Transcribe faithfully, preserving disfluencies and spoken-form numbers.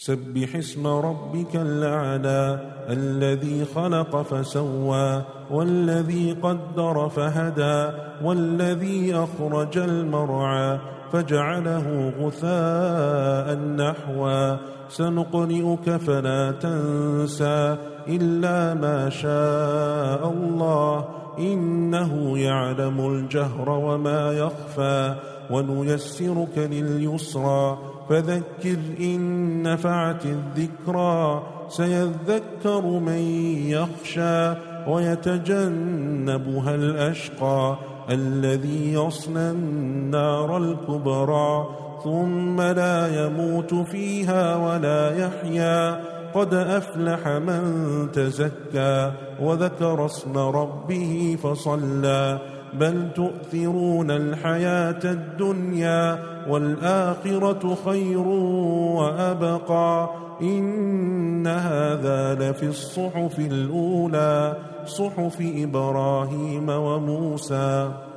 سبح اسم ربك الأعلى الذي خلق فسوى والذي قدر فهدى والذي أخرج المرعى فجعله غثاء نحوا سنقرئك فلا تنسى إلا ما شاء الله إنه يعلم الجهر وما يخفى ونيسرك لليسرى فذكر إن نفعت الذكرى سيذكر من يخشى ويتجنبها الأشقى الذي يصلى النار الكبرى ثم لا يموت فيها ولا يحيا قد أفلح من تزكى وذكر اسم ربه فصلى بل تؤثرون الحياة الدنيا والآخرة خير وأبقى إن هذا لفي الصحف الأولى صحف إبراهيم وموسى.